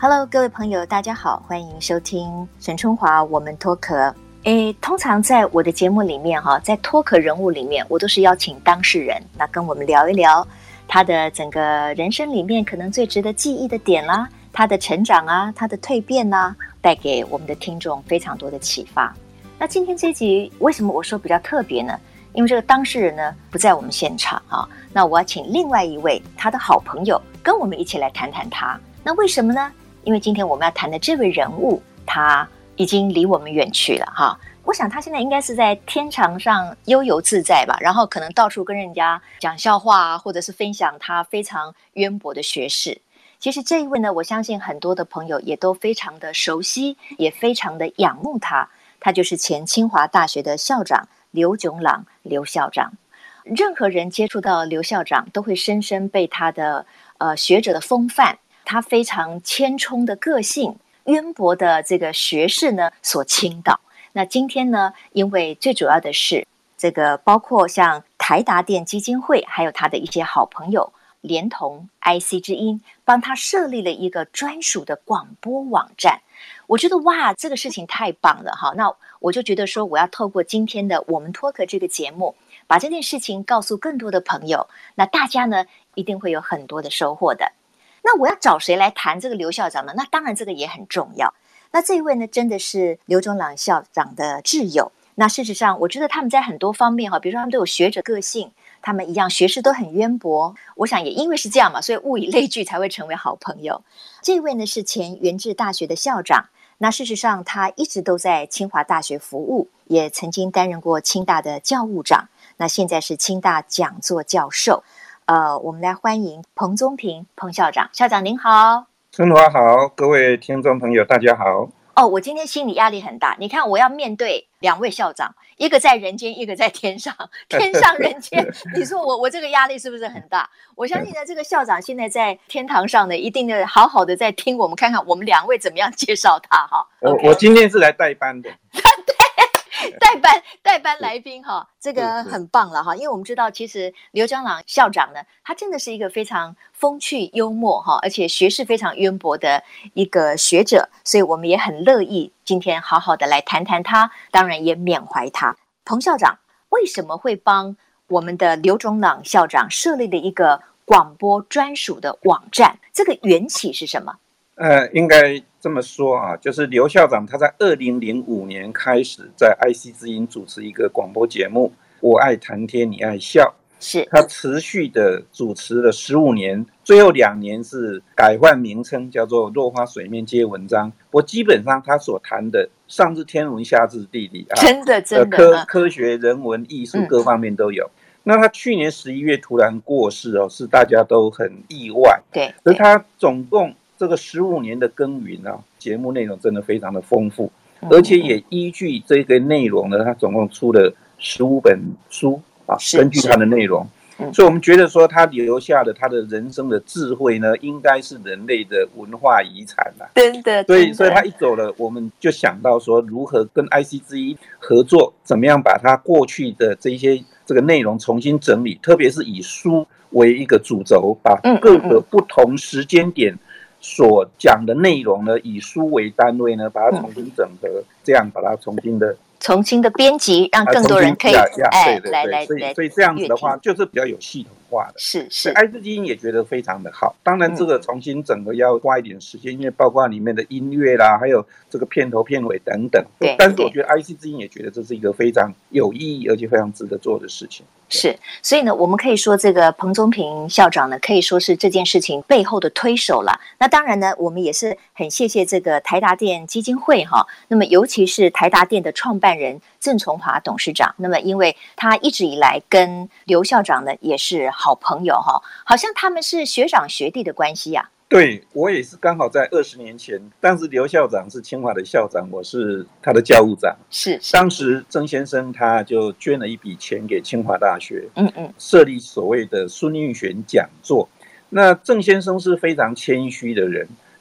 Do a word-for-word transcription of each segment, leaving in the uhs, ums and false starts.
Hello， 各位朋友，大家好，欢迎收听沈春华我们脱壳。诶，通常在我的节目里面哈，在脱壳人物里面，我都是邀请当事人，那跟我们聊一聊他的整个人生里面可能最值得记忆的点啦，他的成长啊，他的蜕变啊，带给我们的听众非常多的启发。那今天这一集为什么我说比较特别呢？因为这个当事人呢不在我们现场啊，那我要请另外一位他的好朋友跟我们一起来谈谈他。那为什么呢？因为今天我们要谈的这位人物，他已经离我们远去了哈。我想他现在应该是在天堂上悠游自在吧，然后可能到处跟人家讲笑话啊，或者是分享他非常渊博的学识。其实这一位呢，我相信很多的朋友也都非常的熟悉，也非常的仰慕他。他就是前清华大学的校长刘炯朗刘校长。任何人接触到刘校长，都会深深被他的呃学者的风范，他非常谦冲的个性，渊博的这个学识呢所倾倒。那今天呢，因为最主要的是这个包括像台达电基金会还有他的一些好朋友连同 I C 之音帮他设立了一个专属的广播网站。我觉得哇，这个事情太棒了哈！那我就觉得说，我要透过今天的我们脱壳这个节目，把这件事情告诉更多的朋友，那大家呢一定会有很多的收获的。那我要找谁来谈这个刘校长呢？那当然这个也很重要。那这一位呢，真的是刘炯朗校长的挚友。那事实上，我觉得他们在很多方面哈，比如说他们都有学者个性，他们一样学识都很渊博。我想也因为是这样嘛，所以物以类聚才会成为好朋友。这位呢是前元智大学的校长。那事实上，他一直都在清华大学服务，也曾经担任过清大的教务长。那现在是清大讲座教授。呃，我们来欢迎彭宗平彭校长。校长您好。 春华好，各位听众朋友大家好。 哦，我今天心理压力很大。你看，我要面对两位校长，一个在人间，一个在天上，天上人间。你说我我这个压力是不是很大？我相信呢，这个校长现在在天堂上呢，一定的好好的在听我们，看看我们两位怎么样介绍他哈。 我、okay. 我今天是来代班的。 代班代班来宾哈，这个很棒了哈，因为我们知道，其实刘炯朗校长呢，他真的是一个非常风趣幽默哈，而且学识非常渊博的一个学者，所以我们也很乐意今天好好的来谈谈他，当然也缅怀他。彭校长为什么会帮我们的刘炯朗校长设立了一个广播专属的网站？这个缘起是什么？ 呃，应该这么说啊，就是刘校长他在二零零五年开始在 I C 之音主持一个广播节目，我爱谈天，你爱笑。 是他持续的主持了十五年，最后两年是改换名称，叫做落花水面皆文章。我基本上他所谈的上至天文下至地理啊， 真的真的、 呃、科科学人文艺术各方面都有。嗯，那他去年十一月突然过世哦，是大家都很意外。 对， 而他总共这个十五年的耕耘啊，节目内容真的非常的丰富，而且也依据这个内容呢，他总共出了十五本书啊，根据他的内容，所以我们觉得说他留下的他的人生的智慧呢，应该是人类的文化遗产啦。 真的， 所以所以他一走了，我们就想到说如何跟 I C 之音合作，怎么样把他过去的这些这个内容重新整理，特别是以书为一个主轴，把各个不同时间点所讲的内容呢，以书为单位呢，把它重新整合，嗯、这样把它重新的、 重新的编辑，让更多人可以、 啊、 哎对对对来来所以所以这样子的话，就是比较有系统化的。 是是 ，I C 之音也觉得非常的好。当然，这个重新整合要花一点时间，嗯、因为包括里面的音乐啦，还有这个片头片尾等等。 对， 但是我觉得 I C 之音也觉得这是一个非常有意义而且非常值得做的事情。 是，所以呢，我们可以说这个彭宗平校长呢，可以说是这件事情背后的推手了。那当然呢，我们也是很谢谢这个台达电基金会哈。那么尤其是台达电的创办人郑崇华董事长，那么因为他一直以来跟刘校长呢也是好朋友哈，好像他们是学长学弟的关系呀、啊。 对，我也是刚好在二十年前，当时刘校长是清华的校长，我是他的教务长。 是，是当时曾先生他就捐了一笔钱给清华大学， 嗯嗯， 设立所谓的孙运璇讲座。那郑先生是非常谦虚的人，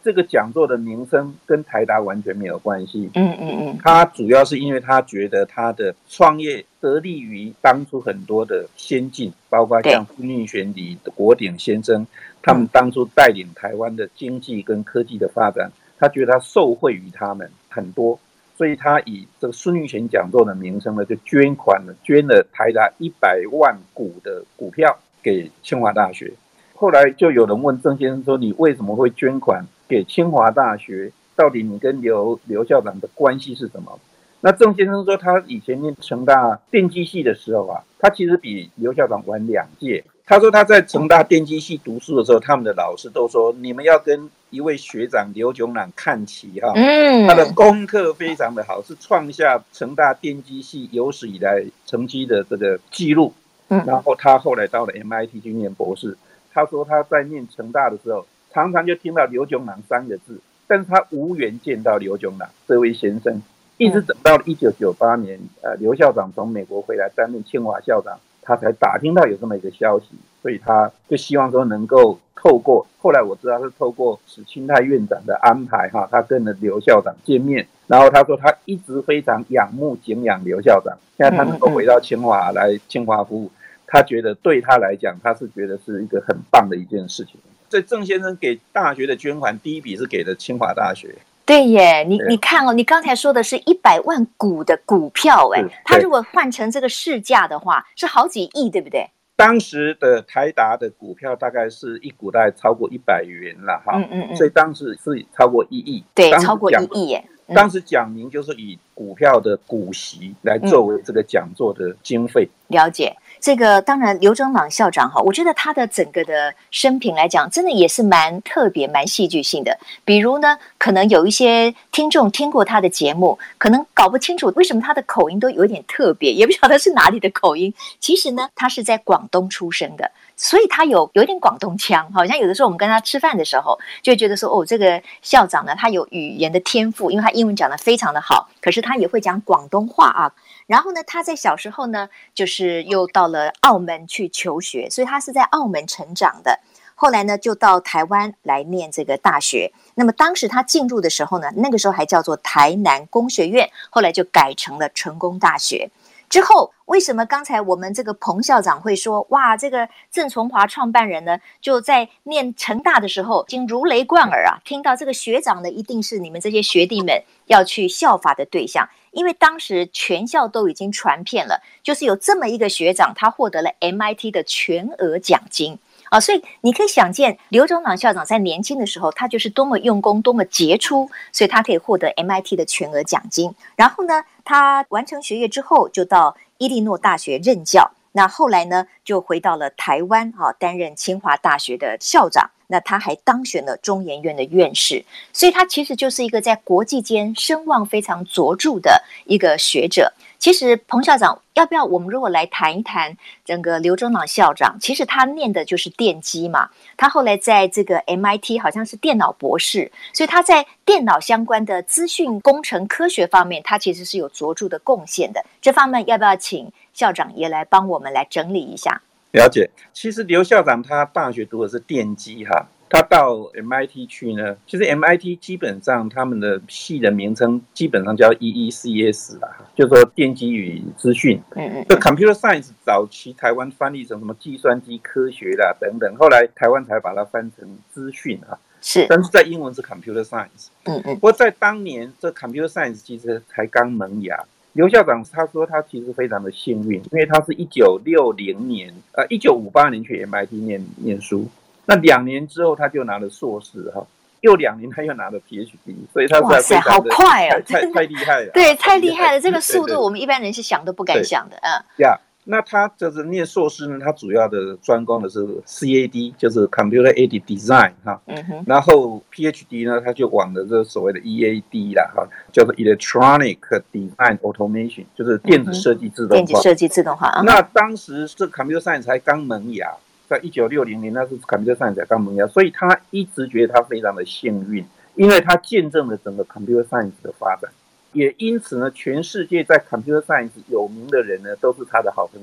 这个讲座的名称跟台达完全没有关系。 嗯嗯嗯， 他主要是因为他觉得他的创业得力于当初很多的先进，包括像孙运璇、李国鼎先生，他们当初带领台湾的经济跟科技的发展，他觉得他受惠于他们很多，所以他以这个孙运璇讲座的名称呢，就捐款了，捐了台达一百万股的股票给清华大学。后来就有人问郑先生说：“你为什么会捐款给清华大学？到底你跟刘刘校长的关系是什么？”那郑先生说，他以前念成大电机系的时候啊，他其实比刘校长晚两届。他说他在成大电机系读书的时候，他们的老师都说你们要跟一位学长刘炯朗看齐哈，他的功课非常的好，是创下成大电机系有史以来成绩的这个记录。然后他后来到了 M I T 去念博士。他说他在念成大的时候，常常就听到刘炯朗三个字，但是他无缘见到刘炯朗这位先生，一直等到一九九八年，呃，刘校长从美国回来担任清华校长，他才打听到有这么一个消息，所以他就希望说能够透过，后来我知道是透过史清泰院长的安排哈，他跟了刘校长见面，然后他说他一直非常仰慕敬仰刘校长，现在他能够回到清华来清华服务。他觉得对他来讲，他是觉得是一个很棒的一件事情。所以郑先生给大学的捐款，第一笔是给了清华大学。 对耶，你你看哦，你刚才说的是一百万股的股票，哎，他如果换成这个市价的话，是好几亿，对不对？ 当时的台达的股票大概是一股大概超过一百元了哈，嗯嗯嗯，所以当时是超过一亿， 对，超过一亿耶。 嗯、当时讲明就是以股票的股息来作为这个讲座的经费。 嗯、了解。这个当然，刘炯朗校长哈，我觉得他的整个的生平来讲，真的也是蛮特别、蛮戏剧性的。比如呢，可能有一些听众听过他的节目，可能搞不清楚为什么他的口音都有点特别，也不晓得是哪里的口音。其实呢，他是在广东出生的，所以他有有一点广东腔。好像有的时候我们跟他吃饭的时候，就会觉得说，哦，这个校长呢，他有语言的天赋，因为他英文讲得非常的好，可是他也会讲广东话啊。然后呢，他在小时候呢，就是又到了澳门去求学，所以他是在澳门成长的。后来呢，就到台湾来念这个大学。那么当时他进入的时候呢，那个时候还叫做台南工学院，后来就改成了成功大学。之后，为什么刚才我们这个彭校长会说，哇，这个郑崇华创办人呢，就在念成大的时候，已经如雷贯耳啊，听到这个学长呢，一定是你们这些学弟们要去效法的对象。因为当时全校都已经传遍了，就是有这么一个学长，他获得了 M I T 的全额奖金啊，所以你可以想见刘炯朗校长在年轻的时候，他就是多么用功，多么杰出，所以他可以获得 M I T 的全额奖金。然后呢，他完成学业之后，就到伊利诺大学任教。那后来呢，就回到了台湾啊，担任清华大学的校长。那他还当选了中研院的院士，所以他其实就是一个在国际间声望非常卓著的一个学者。其实彭校长，要不要我们如果来谈一谈整个刘炯朗校长？其实他念的就是电机嘛，他后来在这个 M I T 好像是电脑博士，所以他在电脑相关的资讯工程科学方面，他其实是有卓著的贡献的。这方面要不要请校长也来帮我们来整理一下？ 了解，其实刘校长他大学读的是电机哈，他到 M I T 去呢，其实 M I T 基本上他们的系的名称基本上叫 E E C S 啦，就是说电机与资讯。嗯嗯。这 Computer Science 早期台湾翻译成什么计算机科学啦等等，后来台湾才把它翻成资讯啊。 是。 但是在英文是 Computer Science。嗯嗯。不过在当年，这 Computer Science 其实才刚萌芽。刘校长他说他其实非常的幸运，因为他是一九六零年，呃，一九五八年去 M I T 念念书，那两年之后他就拿了硕士哈，又两年他又拿了 P H D， 所以他是非常的好快哦， 太太厉害了， 对，太厉害了，这个速度我们一般人是想都不敢想的，嗯， 呀。那他就是念硕士呢，他主要的专攻的是 C A D， 就是 Computer Aided Design 哈，嗯哼，然后 P H D 呢，他就往的这所谓的 E A D 啦哈，叫做 Electronic Design Automation， 就是电子设计自动化。 电子设计自动化。 那当时这 Computer Science 才刚萌芽，在一九六零年，那是 Computer Science 才刚萌芽，所以他一直觉得他非常的幸运，因为他见证了整个 Computer Science 的发展。也因此呢，全世界在 Computer Science 有名的人呢，都是他的好朋友。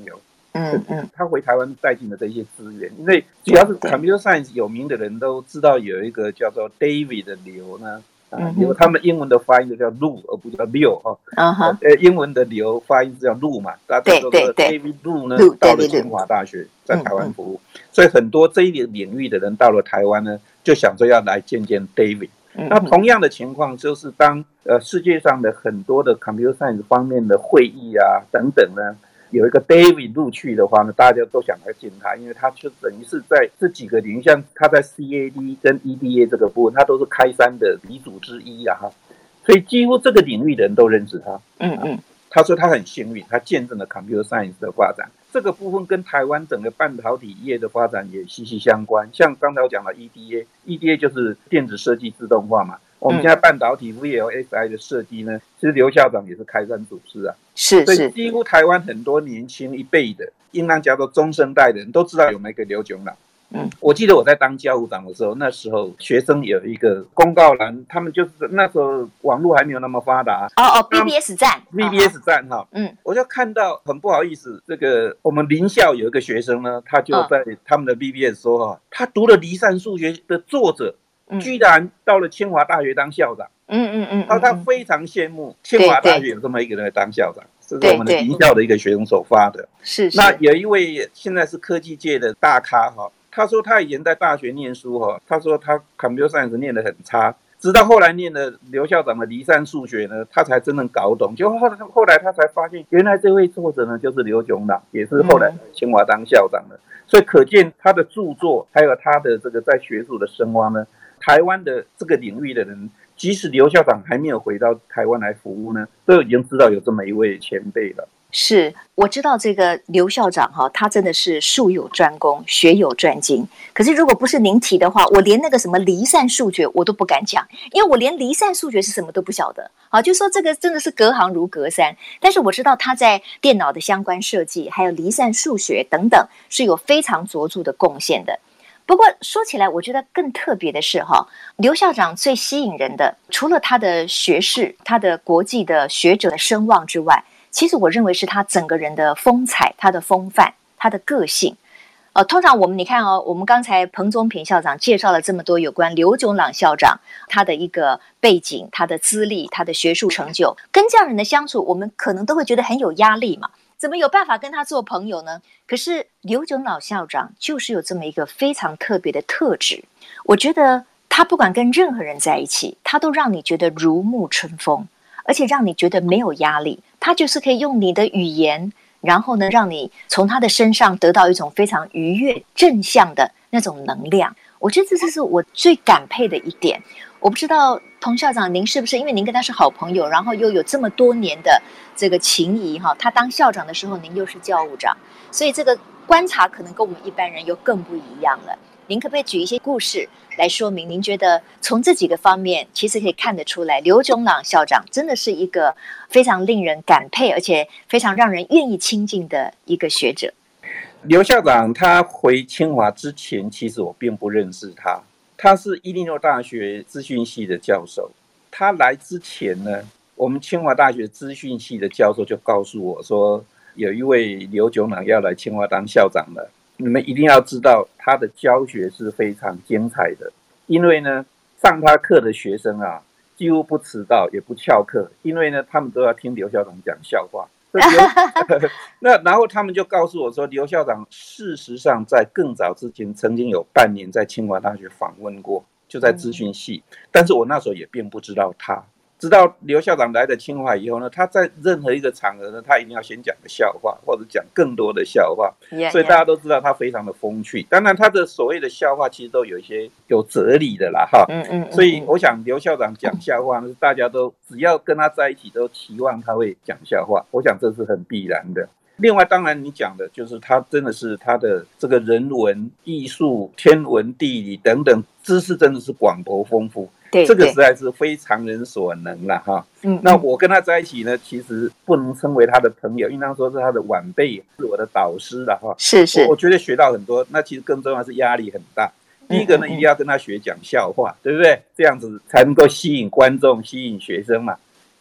嗯嗯， 他回台湾带进了这些资源，因为只要是 computer science 有名的人都知道有一个叫做 David 的刘呢，啊，刘他们英文的发音就叫陆，而不叫六哈。嗯哼，呃，英文的刘发音是叫陆嘛，大家叫做 David 陆呢，到了清华大学，在台湾服务，所以很多这一领域的人到了台湾呢，就想说要来见见 David。那同样的情况就是，当呃世界上的很多的 computer science 方面的会议啊等等呢，有一个 David 录取的话呢，大家都想来见他，因为他就等于是在这几个领域，像他在 C A D 跟 E D A 这个部分，他都是开山的鼻祖之一啊哈，所以几乎这个领域的人都认识他。嗯嗯，他说他很幸运，他见证了 computer science 的发展。这个部分跟台湾整个半导体业的发展也息息相关。像刚才我讲的 E D A，E D A 就是电子设计自动化嘛。我们现在半导体 V L S I 的设计呢，其实刘校长也是开山祖师啊。 是， 所以几乎台湾很多年轻一辈的，应当叫做中生代的人都知道有没有一个刘炯朗。嗯，我记得我在当教务长的时候，那时候学生有一个公告栏，他们就是那时候网络还没有那么发达。 哦哦 ，B B S 站 ，B B S 站哈，嗯，我就看到很不好意思，这个我们林校有一个学生呢，他就在他们的 B B S 说哈，他读了离散数学的作者，居然到了清华大学当校长。嗯嗯嗯，他他非常羡慕清华大学有这么一个人来当校长，这是我们的林校的一个学生所发的。 是， 那有一位现在是科技界的大咖哈。他说他以前在大学念书哈，他说他 computer science 念得很差，直到后来念了刘校长的离散数学呢，他才真正搞懂。就后来后来他才发现，原来这位作者呢就是刘炯朗，也是后来清华当校长的。所以可见他的著作，还有他的这个在学术的声望呢，台湾的这个领域的人，即使刘校长还没有回到台湾来服务呢，都已经知道有这么一位前辈了。 是，我知道这个刘校长哈，他真的是术有专攻，学有专精。可是如果不是您提的话，我连那个什么离散数学我都不敢讲，因为我连离散数学是什么都不晓得。好，就说这个真的是隔行如隔山。但是我知道他在电脑的相关设计，还有离散数学等等，是有非常卓著的贡献的。不过说起来，我觉得更特别的是哈，刘校长最吸引人的，除了他的学识、他的国际的学者的声望之外，其实我认为是他整个人的风采、他的风范、他的个性。呃，通常我们你看哦，我们刚才彭宗平校长介绍了这么多有关刘炯朗校长他的一个背景、他的资历、他的学术成就，跟这样人的相处，我们可能都会觉得很有压力嘛。怎么有办法跟他做朋友呢？可是刘炯朗校长就是有这么一个非常特别的特质，我觉得他不管跟任何人在一起，他都让你觉得如沐春风，而且让你觉得没有压力。他就是可以用你的语言，然后呢，让你从他的身上得到一种非常愉悦、正向的那种能量。我觉得这是我最感佩的一点。我不知道彭校长您是不是因为您跟他是好朋友，然后又有这么多年的这个情谊哈？他当校长的时候，您又是教务长，所以这个观察可能跟我们一般人又更不一样了。您可不可以举一些故事来说明？您觉得从这几个方面，其实可以看得出来，刘炯朗校长真的是一个非常令人感佩，而且非常让人愿意亲近的一个学者。 刘校长他回清华之前，其实我并不认识他。他是一零六大学资讯系的教授。他来之前呢，我们清华大学资讯系的教授就告诉我说，有一位刘炯朗要来清华当校长了。你们一定要知道，他的教学是非常精彩的。因为呢，上他课的学生啊，几乎不迟到，也不翘课，因为呢，他们都要听刘校长讲笑话。那然后他们就告诉我说，刘校长事实上在更早之前曾经有半年在清华大学访问过，就在资讯系，但是我那时候也并不知道他。直到刘校长来了清华以后呢，他在任何一个场合呢，他一定要先讲个笑话，或者讲更多的笑话， yeah, 所以大家都知道他非常的风趣。当然，他的所谓的笑话其实都有一些有哲理的啦，哈。嗯嗯。所以我想刘校长讲笑话呢，大家都只要跟他在一起，都期望他会讲笑话。我想这是很必然的。另外，当然你讲的就是他真的是他的这个人文、艺术、天文、地理等等知识真的是广博丰富。 对， 这个实在是非常人所能了哈。嗯，那我跟他在一起呢，其实不能称为他的朋友，应当说是他的晚辈，是我的导师了哈。 是是， 我, 我觉得学到很多。那其实更重要是压力很大。第一个呢，嗯嗯嗯一定要跟他学讲笑话，对不对？这样子才能够吸引观众、吸引学生嘛。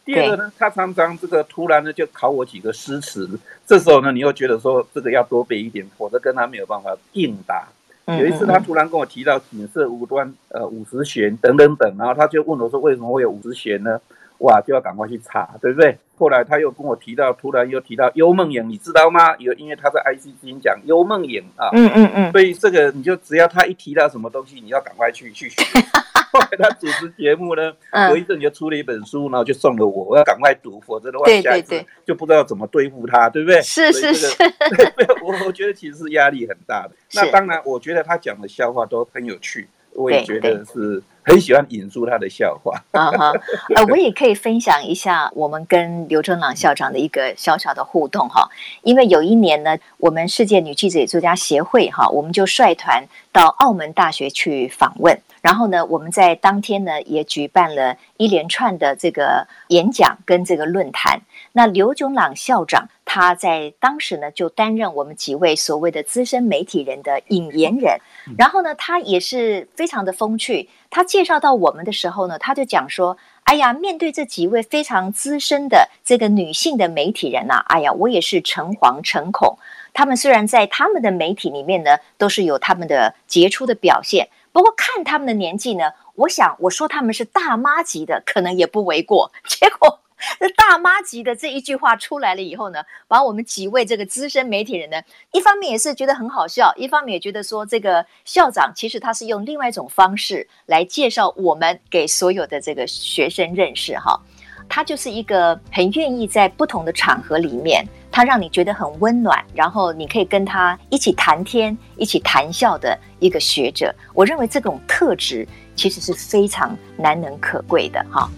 第二个呢，他常常这个突然呢就考我几个诗词，这时候呢你又觉得说这个要多背一点，否则跟他没有办法应答。有一次他突然跟我提到景色无端呃五十弦等等等，然后他就问我说为什么会有五十弦呢？哇，就要赶快去查，对不对？后来他又跟我提到，突然又提到幽梦影，你知道吗？有，因为他在 I C 之音讲幽梦影啊， 嗯嗯嗯， 所以这个你就只要他一提到什么东西，你要赶快去去学。后来他主持节目呢，隔一阵就出了一本书，然后就送了我，我要赶快读，否则的话下一次就不知道怎么对付他，对不对？ 是是是， 我我觉得其实是压力很大的。那当然，我觉得他讲的笑话都很有趣，我也觉得是很喜欢引述他的笑话。 啊哈，呃，我也可以分享一下我们跟刘忠朗校长的一个小小的互动哈。因为有一年呢，我们世界女记者与作家协会哈，我们就率团到澳门大学去访问。然后呢，我们在当天呢也举办了一连串的这个演讲跟这个论坛。那刘炯朗校长他在当时呢就担任我们几位所谓的资深媒体人的引言人，然后呢他也是非常的风趣。他介绍到我们的时候呢，他就讲说：“哎呀，面对这几位非常资深的这个女性的媒体人啊，哎呀，我也是诚惶诚恐。他们虽然在他们的媒体里面呢，都是有他们的杰出的表现。”不过看他们的年纪呢，我想我说他们是大妈级的，可能也不为过。结果这大妈级的这一句话出来了以后呢，把我们几位这个资深媒体人呢，一方面也是觉得很好笑，一方面也觉得说这个校长其实他是用另外一种方式来介绍我们给所有的这个学生认识哈。他就是一个很愿意在不同的场合里面，他让你觉得很温暖，然后你可以跟他一起谈天一起谈笑的一个学者。我认为这种特质其实是非常难能可贵的哈。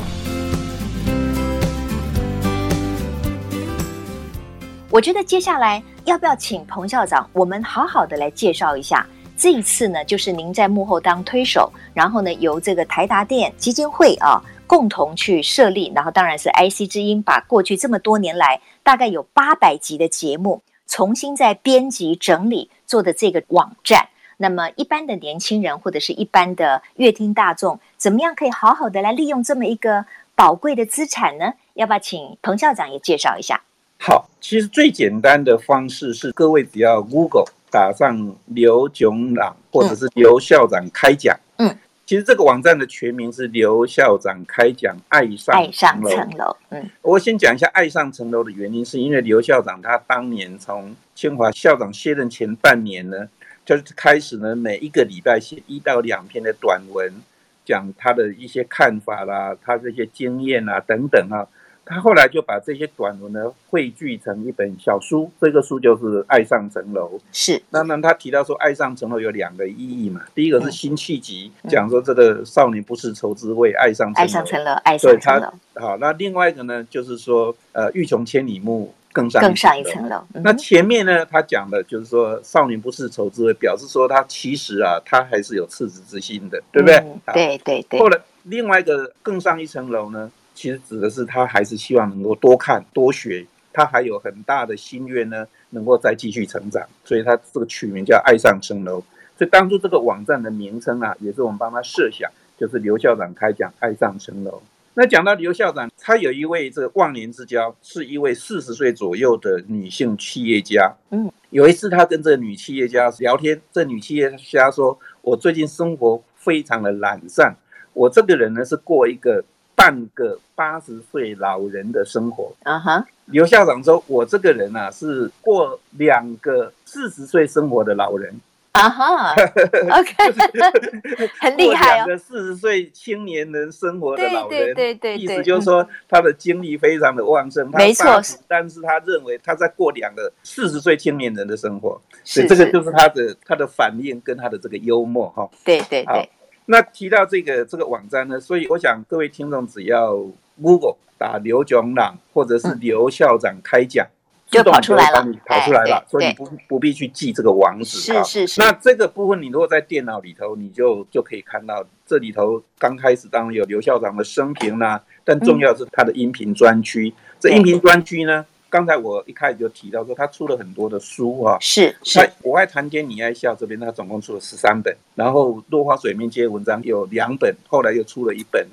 我觉得接下来要不要请彭校长我们好好的来介绍一下，这一次呢就是您在幕后当推手，然后呢由这个台达电基金会啊共同去设立，然后当然是 I C 之音把过去这么多年来大概有八百集的节目重新再编辑整理做的这个网站。那么一般的年轻人或者是一般的乐听大众怎么样可以好好的来利用这么一个宝贵的资产呢？要不要请彭校长也介绍一下？ 好，其实最简单的方式是各位只要 Google 打上刘炯朗或者是刘校长开讲，嗯，其实这个网站的全名是刘校长开讲爱上爱上层楼。嗯， 我先讲一下爱上层楼的原因，是因为刘校长他当年从清华校长卸任前半年呢，就是开始呢每一个礼拜写一到两篇的短文，讲他的一些看法啦，他这些经验啊等等啊。他后来就把这些短文呢汇聚成一本小书，这个书就是《爱上层楼》。 是， 那么他提到说，《爱上层楼》有两个意义嘛。第一个是辛弃疾讲说这个少年不识愁滋味，爱上层楼， 爱上层楼，爱上层楼。 好，那另外一个呢，就是说，呃，欲穷千里目，更上更上一层楼。 嗯、那前面呢，他讲的就是说，少年不识愁滋味，表示说他其实啊，他还是有赤子之心的，对不对？ 嗯、对对对。 后来另外一个更上一层楼呢？其实指的是他还是希望能够多看多学，他还有很大的心愿呢，能够再继续成长，所以他这个取名叫爱上层楼。所以当初这个网站的名称啊，也是我们帮他设想，就是刘校长开讲爱上层楼。那讲到刘校长，他有一位这个忘年之交，是一位四十岁左右的女性企业家。嗯，有一次他跟这个女企业家聊天，这女企业家说：“我最近生活非常的懒散，我这个人呢是过一个半个八十岁老人的生活。”啊哈，刘校长说：“我这个人啊是过两个四十岁生活的老人。” 啊哈 ，OK， 很厉害哦。 两个四十岁青年人生活的老人， 对对对对， 意思就是说他的精力非常的旺盛。 没错， 但是他认为他在过两个四十岁青年人的生活，所以这个就是他的他的反应跟他的这个幽默哈。 对对对。 那提到这个这个网站呢，所以我想各位听众只要 Google 打刘炯朗或者是刘校长开讲。嗯， 就跑出来了， 跑出来了，哎、所以你不不必去记这个网址。 是是是。 那这个部分你如果在电脑里头，你就就可以看到，这里头刚开始当然有刘校长的生平啦、啊，但重要的是他的音频专区。嗯、这音频专区呢，刚才我一开始就提到说，他出了很多的书啊。 是是。 我爱谈天，你爱笑这边他总共出了十三本，然后落花水面这些文章有两本，后来又出了一本啊。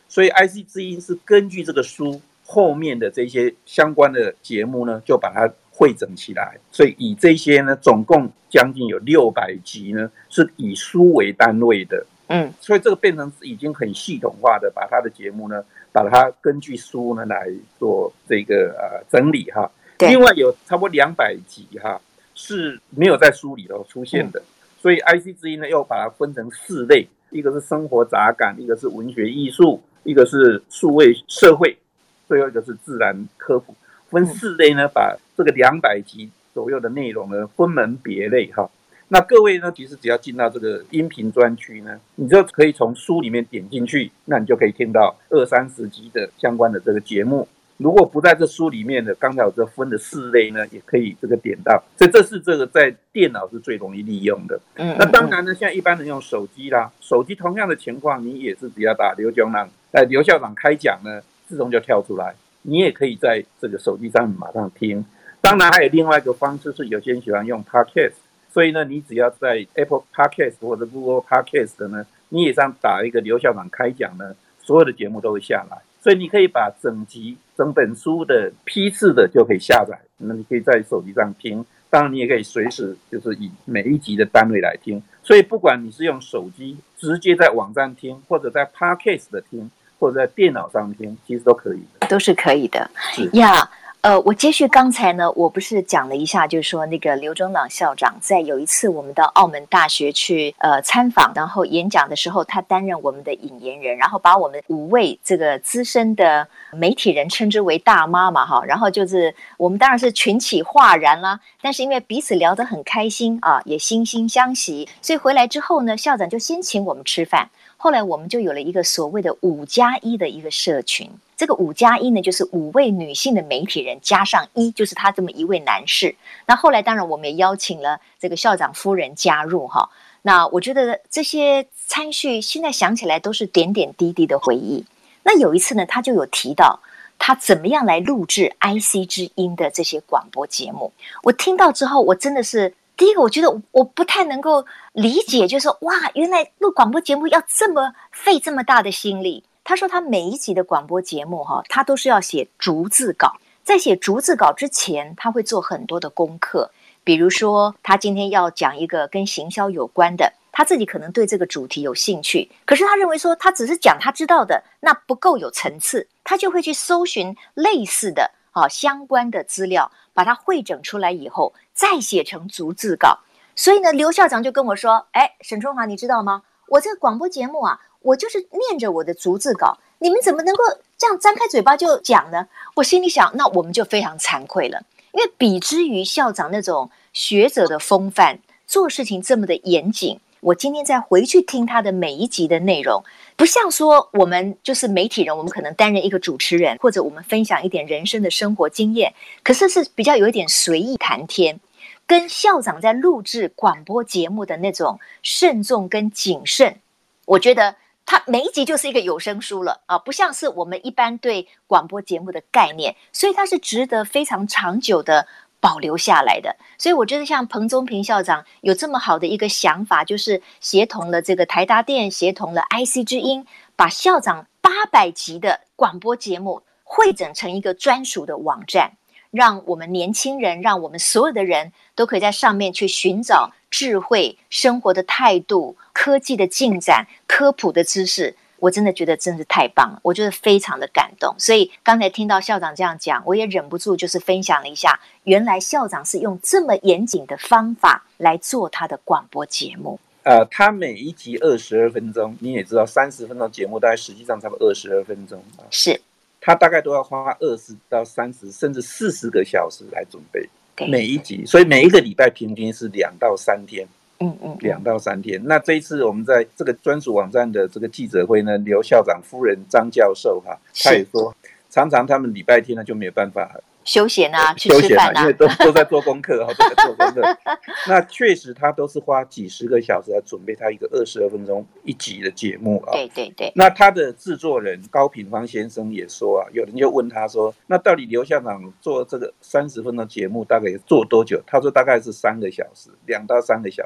所以 I C 之音是根据这个书后面的这些相关的节目呢，就把它汇整起来。所以以这些呢，总共将近有六百集呢，是以书为单位的。嗯，所以这个变成已经很系统化的，把他的节目呢，把它根据书呢来做这个呃整理哈。另外有差不多两百集哈是没有在书里头出现的，嗯、所以 I C 之音呢又把它分成四类，一个是生活杂感，一个是文学艺术，一个是数位社会，最后一个是自然科普，分四类呢，把这个两百集左右的内容呢分门别类哈。那各位呢，其实只要进到这个音频专区呢，你就可以从书里面点进去，那你就可以听到二三十集的相关的这个节目。如果不在这书里面的，刚才有这分的四类呢，也可以这个点到。所以这是这个在电脑是最容易利用的。嗯，那当然呢，现在一般人用手机啦，手机同样的情况，你也是只要打刘炯朗，哎，刘校长开讲呢，自动就跳出来，你也可以在这个手机上马上听。当然还有另外一个方式是，有些人喜欢用 Podcast。所以呢，你只要在 Apple Podcast 或者 Google Podcast 的呢，你也上打一个刘校长开讲呢，所有的节目都会下来。所以你可以把整集、整本书的批次的就可以下载，那你可以在手机上听。当然，你也可以随时就是以每一集的单位来听。所以不管你是用手机直接在网站听，或者在 Podcast 的听，或者在电脑上听，其实都可以的， 都是可以的呀。Yeah.呃，我接续刚才呢，我不是讲了一下，就是说那个刘炯朗校长在有一次我们到澳门大学去呃参访，然后演讲的时候，他担任我们的引言人，然后把我们五位这个资深的媒体人称之为大妈嘛哈，然后就是我们当然是群起哗然啦，但是因为彼此聊得很开心啊，也惺惺相惜，所以回来之后呢，校长就先请我们吃饭，后来我们就有了一个所谓的五加一的一个社群。这个五加一呢，就是五位女性的媒体人加上一，就是他这么一位男士。那后来当然我们也邀请了这个校长夫人加入哈。那我觉得这些参叙现在想起来都是点点滴滴的回忆。那有一次呢，他就有提到他怎么样来录制 I C 之音的这些广播节目。我听到之后，我真的是第一个，我觉得我不太能够理解，就是说哇，原来录广播节目要这么费这么大的心力。他说他每一集的广播节目哈，他都是要写逐字稿，在写逐字稿之前，他会做很多的功课，比如说他今天要讲一个跟行销有关的，他自己可能对这个主题有兴趣，可是他认为说他只是讲他知道的，那不够有层次，他就会去搜寻类似的啊相关的资料，把它汇整出来以后，再写成逐字稿。所以呢，刘校长就跟我说：“哎，沈春华，你知道吗？我这个广播节目啊。”我就是念着我的逐字稿，你们怎么能够这样张开嘴巴就讲呢？我心里想，那我们就非常惭愧了，因为比之于校长那种学者的风范，做事情这么的严谨，我今天再回去听他的每一集的内容，不像说我们就是媒体人，我们可能担任一个主持人，或者我们分享一点人生的生活经验，可是是比较有一点随意谈天，跟校长在录制广播节目的那种慎重跟谨慎，我觉得它每一集就是一个有声书了啊，不像是我们一般对广播节目的概念，所以它是值得非常长久的保留下来的。所以我觉得像彭宗平校长有这么好的一个想法，就是协同了这个台达电，协同了 I C 之音，把校长八百集的广播节目汇整成一个专属的网站，让我们年轻人，让我们所有的人都可以在上面去寻找智慧、生活的态度、科技的进展、科普的知识。我真的觉得真是太棒了，我觉得非常的感动。所以刚才听到校长这样讲，我也忍不住就是分享了一下，原来校长是用这么严谨的方法来做他的广播节目。 呃，他每一集二十二分钟，你也知道三十分钟节目大概实际上差不多二十二分钟， 是他大概都要花二十到三十甚至四十个小时来准备每一集，所以每一个礼拜平均是两到三天。嗯嗯，两到三天。那这一次我们在这个专属网站的这个记者会呢，刘校长夫人张教授哈，他也说，常常他们礼拜天呢就没有办法休闲啊，去吃饭啊， 因为都都在做功课，都在做功课。那确实他都是花几十个小时来准备他一个二十二分钟一集的节目啊。 对对对。 那他的制作人高品芳先生也说啊，有人就问他说，那到底刘校长做这个三十分钟节目大概做多久？他说大概是三个小时，两到三个小时。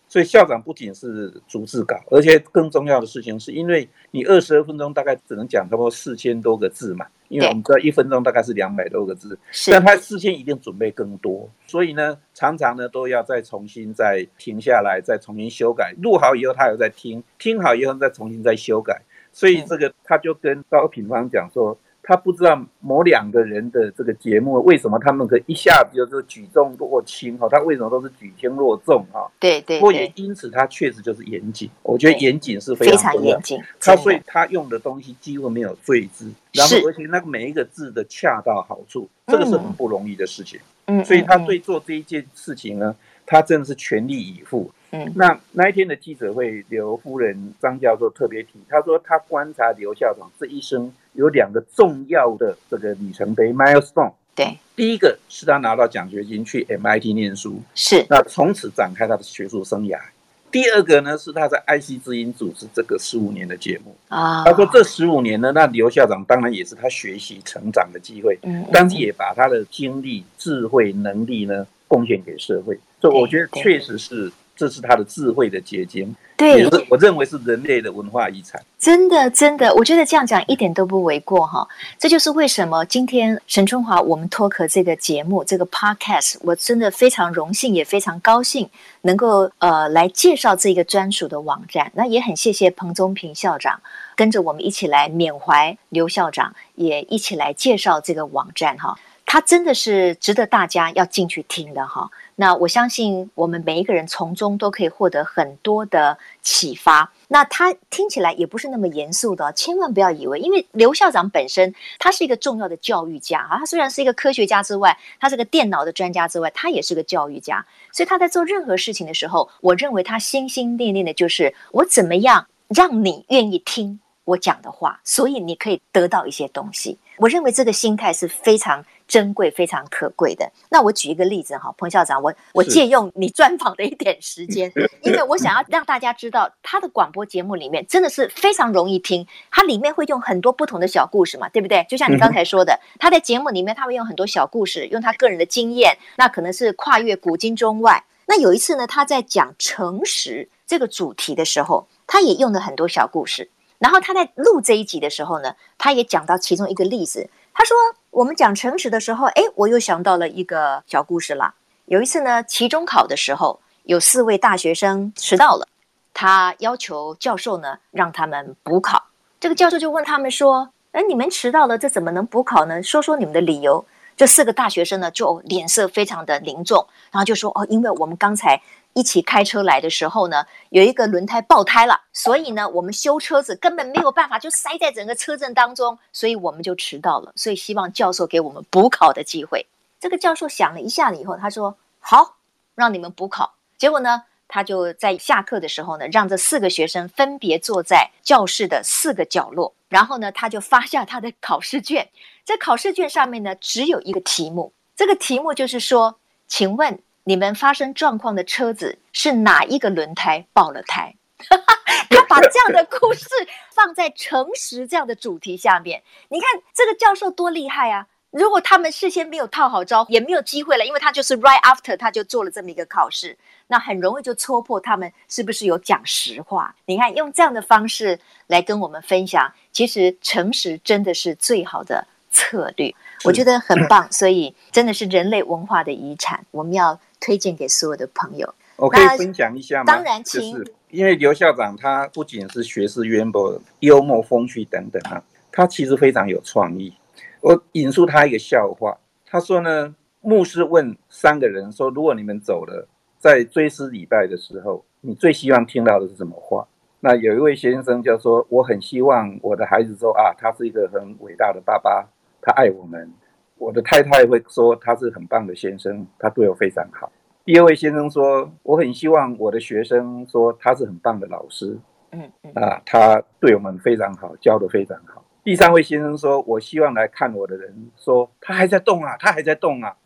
所以校长不仅是逐字稿，而且更重要的事情是，因为你二十二分钟大概只能讲差不多四千多个字嘛，因为我们知道一分钟大概是两百多个字，但他事先一定准备更多，所以呢，常常呢都要再重新再停下来，再重新修改，录好以后他有在听，听好以后再重新再修改，所以这个他就跟高品芳讲说，他不知道某两个人的这个节目为什么他们可以一下子就是举重若轻，他为什么都是举轻若重？ 对对对， 不过也因此他确实就是严谨，我觉得严谨是非常重要， 非常严谨。 他所以他用的东西几乎没有赘字，然后而且那个每一个字的恰到好处，这个是很不容易的事情。嗯，所以他对做这一件事情呢，他真的是全力以赴。嗯，那那一天的记者会，刘夫人张教授特别提，他说他观察刘校长这一生有两个重要的这个里程碑 milestone。 对， 第一个是他拿到奖学金去 M I T 念书， 是那从此展开他的学术生涯。第二个呢，是他在 I C 之音主持这个十五年的节目啊。他说这十五年呢，那刘校长当然也是他学习成长的机会，嗯，但是也把他的精力、智慧、能力呢贡献给社会。所以我觉得确实是。这是他的智慧的结晶，对，也是我认为是人类的文化遗产。 真的，真的，我觉得这样讲一点都不为过哈。这就是为什么今天沈春华我们脱壳这个节目，这个 podcast， 我真的非常荣幸，也非常高兴能够呃来介绍这个专属的网站。那也很谢谢彭宗平校长跟着我们一起来缅怀刘校长，也一起来介绍这个网站哈。它真的是值得大家要进去听的哈。那我相信我们每一个人从中都可以获得很多的启发。那他听起来也不是那么严肃的，千万不要以为，因为刘校长本身他是一个重要的教育家啊，他虽然是一个科学家之外，他是个电脑的专家之外，他也是个教育家，所以他在做任何事情的时候，我认为他心心念念的就是我怎么样让你愿意听我讲的话，所以你可以得到一些东西。我认为这个心态是非常珍贵、非常可贵的。那我举一个例子哈，彭校长，我我借用你专访的一点时间，因为我想要让大家知道，他的广播节目里面真的是非常容易听，他里面会用很多不同的小故事嘛，对不对？就像你刚才说的，他在节目里面他会用很多小故事，用他个人的经验，那可能是跨越古今中外。那有一次呢，他在讲诚实这个主题的时候，他也用了很多小故事。然后他在录这一集的时候呢，他也讲到其中一个例子。他说我们讲诚实的时候，哎，我又想到了一个小故事啦。有一次呢，期中考的时候，有四位大学生迟到了，他要求教授呢让他们补考。这个教授就问他们说，哎，你们迟到了，这怎么能补考呢？说说你们的理由。这四个大学生呢就脸色非常的凝重，然后就说，哦，因为我们刚才一起开车来的时候呢，有一个轮胎爆胎了，所以呢我们修车子根本没有办法，就塞在整个车阵当中，所以我们就迟到了，所以希望教授给我们补考的机会。这个教授想了一下以后，他说好，让你们补考。结果呢他就在下课的时候呢，让这四个学生分别坐在教室的四个角落，然后呢他就发下他的考试卷。这考试卷上面呢只有一个题目，这个题目就是说，请问你们发生状况的车子是哪一个轮胎爆了胎？他把这样的故事放在诚实这样的主题下面，你看这个教授多厉害啊！如果他们事先没有套好招，也没有机会了，因为他就是 right after 他就做了这么一个考试，那很容易就戳破他们是不是有讲实话。你看用这样的方式来跟我们分享，其实诚实真的是最好的策略，我觉得很棒，所以真的是人类文化的遗产，我们要推荐给所有的朋友。 我可以分享一下吗？ 当然，请。 就是因为刘校长他不仅是学识渊博、幽默风趣等等啊，他其实非常有创意。我引述他一个笑话，他说呢，牧师问三个人说，如果你们走了，在追思礼拜的时候，你最希望听到的是什么话？那有一位先生就说，我很希望我的孩子说啊，他是一个很伟大的爸爸，他爱我们。我的太太会说，他是很棒的先生，他对我非常好。第二位先生说，我很希望我的学生说他是很棒的老师，嗯嗯啊，他对我们非常好，教得非常好。第三位先生说，我希望来看我的人说他还在动啊，他还在动啊。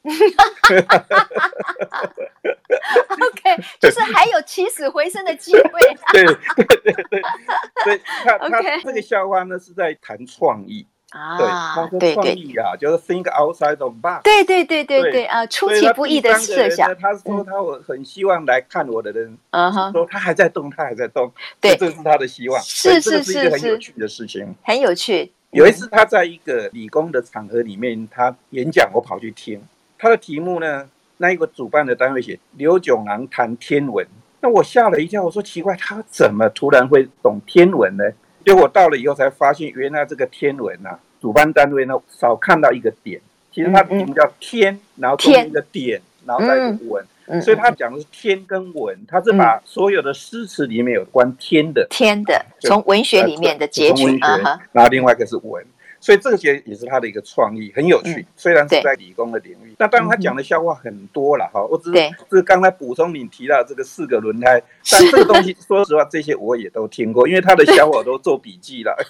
OK， 就是还有起死回生的机会。 对对对对，所以他他这个笑话呢是在谈创意。 啊， 对，他说创意啊，就是 think outside the box。 对对对对对啊，出其不意的设想。 他说他我很希望来看我的人， 嗯哼，说他还在动，他还在动， 对， 这是他的希望。 是是是是，这个是一个很有趣的事情， 很有趣。 有一次他在一个理工的场合里面，他演讲，我跑去听，他的题目呢，那一个主办的单位写刘炯朗谈天文，那我吓了一跳，我说奇怪，他怎么突然会懂天文呢？结果到了以后才发现，原来这个天文啊，主办单位呢少看到一个点，其实它的题目叫天，然后中间一个点，然后再一个文，嗯、所以他讲的是天跟文，他是把所有的诗词里面有关天的， 天的从文学里面的截取， 呃、然后另外一个是文。所以这些也是他的一个创意，很有趣。嗯、虽然是在理工的领域，那当然他讲的笑话很多了哈。我只是是刚才补充你提到这个四个轮胎，但这个东西说实话，这些我也都听过，因为他的笑话我都做笔记了。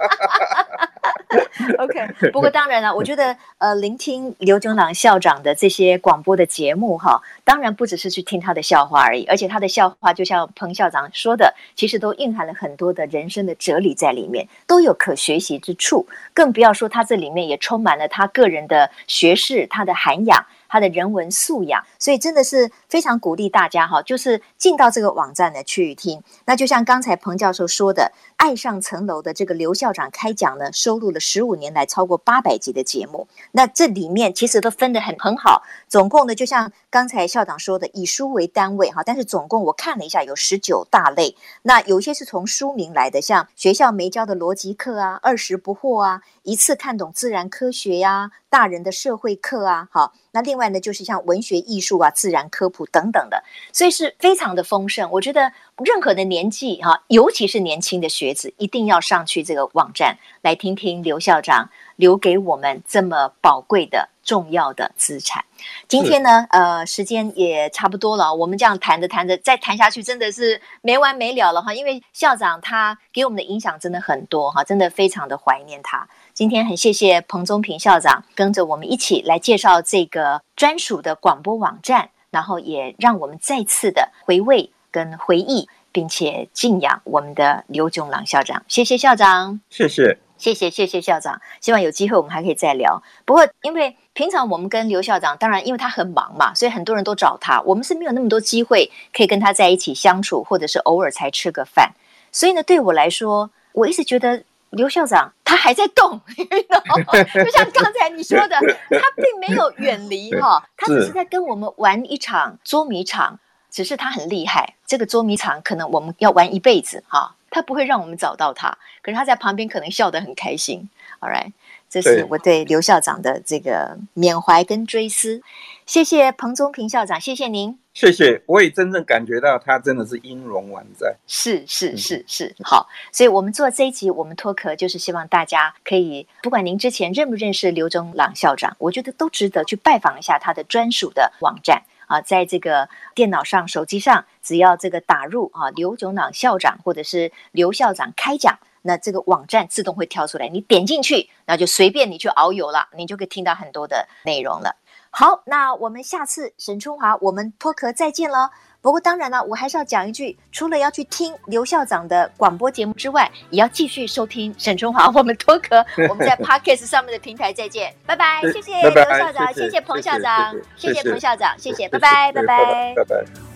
OK， 不过当然了，我觉得呃，聆听刘炯朗校长的这些广播的节目哈，当然不只是去听他的笑话而已，而且他的笑话就像彭校长说的，其实都蕴含了很多的人生的哲理在里面，都有可学习之处。更不要说他这里面也充满了他个人的学识、他的涵养、他的人文素养，所以真的是非常鼓励大家哈，就是进到这个网站呢去听。那就像刚才彭教授说的，爱上层楼的这个刘校长开讲呢，收录了十五年来超过八百集的节目。那这里面其实都分得很很好，总共呢就像刚才校长说的，以书为单位哈，但是总共我看了一下有十九大类。那有些是从书名来的，像学校没教的逻辑课啊、二十不惑啊、一次看懂自然科学呀、啊、大人的社会课啊，好，那另外呢就是像文学艺术啊、自然科普等等的，所以是非常的丰盛。我觉得任何的年纪哈，尤其是年轻的学子，一定要上去这个网站来听听刘校长留给我们这么宝贵的重要的资产。今天呢呃，时间也差不多了，我们这样谈着谈着再谈下去真的是没完没了了哈，因为校长他给我们的影响真的很多哈，真的非常的怀念他。今天很谢谢彭宗平校长跟着我们一起来介绍这个专属的广播网站，然后也让我们再次的回味跟回忆，并且敬仰我们的刘炯朗校长。谢谢校长。 谢谢谢谢谢谢校长，希望有机会我们还可以再聊。不过因为平常我们跟刘校长，当然因为他很忙嘛，所以很多人都找他，我们是没有那么多机会可以跟他在一起相处，或者是偶尔才吃个饭。所以呢，对我来说，我一直觉得刘校长他还在动就像刚才你说的，他并没有远离哈，他只是在跟我们玩一场捉迷藏，只是他很厉害，这个捉迷藏可能我们要玩一辈子哈，他不会让我们找到他，可是他在旁边可能笑得很开心。 All right， 这是我对刘校长的这个缅怀跟追思。谢谢彭宗平校长，谢谢您。 谢谢，我也真正感觉到他真的是音容宛在。 是是是是，好，所以我们做这一集我们脱壳就是希望大家可以，不管您之前认不认识刘炯朗校长，我觉得都值得去拜访一下他的专属的网站啊，在这个电脑上手机上只要这个打入啊刘炯朗校长或者是刘校长开讲，那这个网站自动会跳出来，你点进去那就随便你去遨游了，你就可以听到很多的内容了。好，那我们下次沈春华我们脱壳再见了。不过当然了，我还是要讲一句，除了要去听刘校长的广播节目之外，也要继续收听沈春华我们脱壳我们在 Podcast 上面的平台再见。拜拜，谢谢刘校长，谢谢彭校长，谢谢彭校长，谢谢，拜拜拜拜拜拜。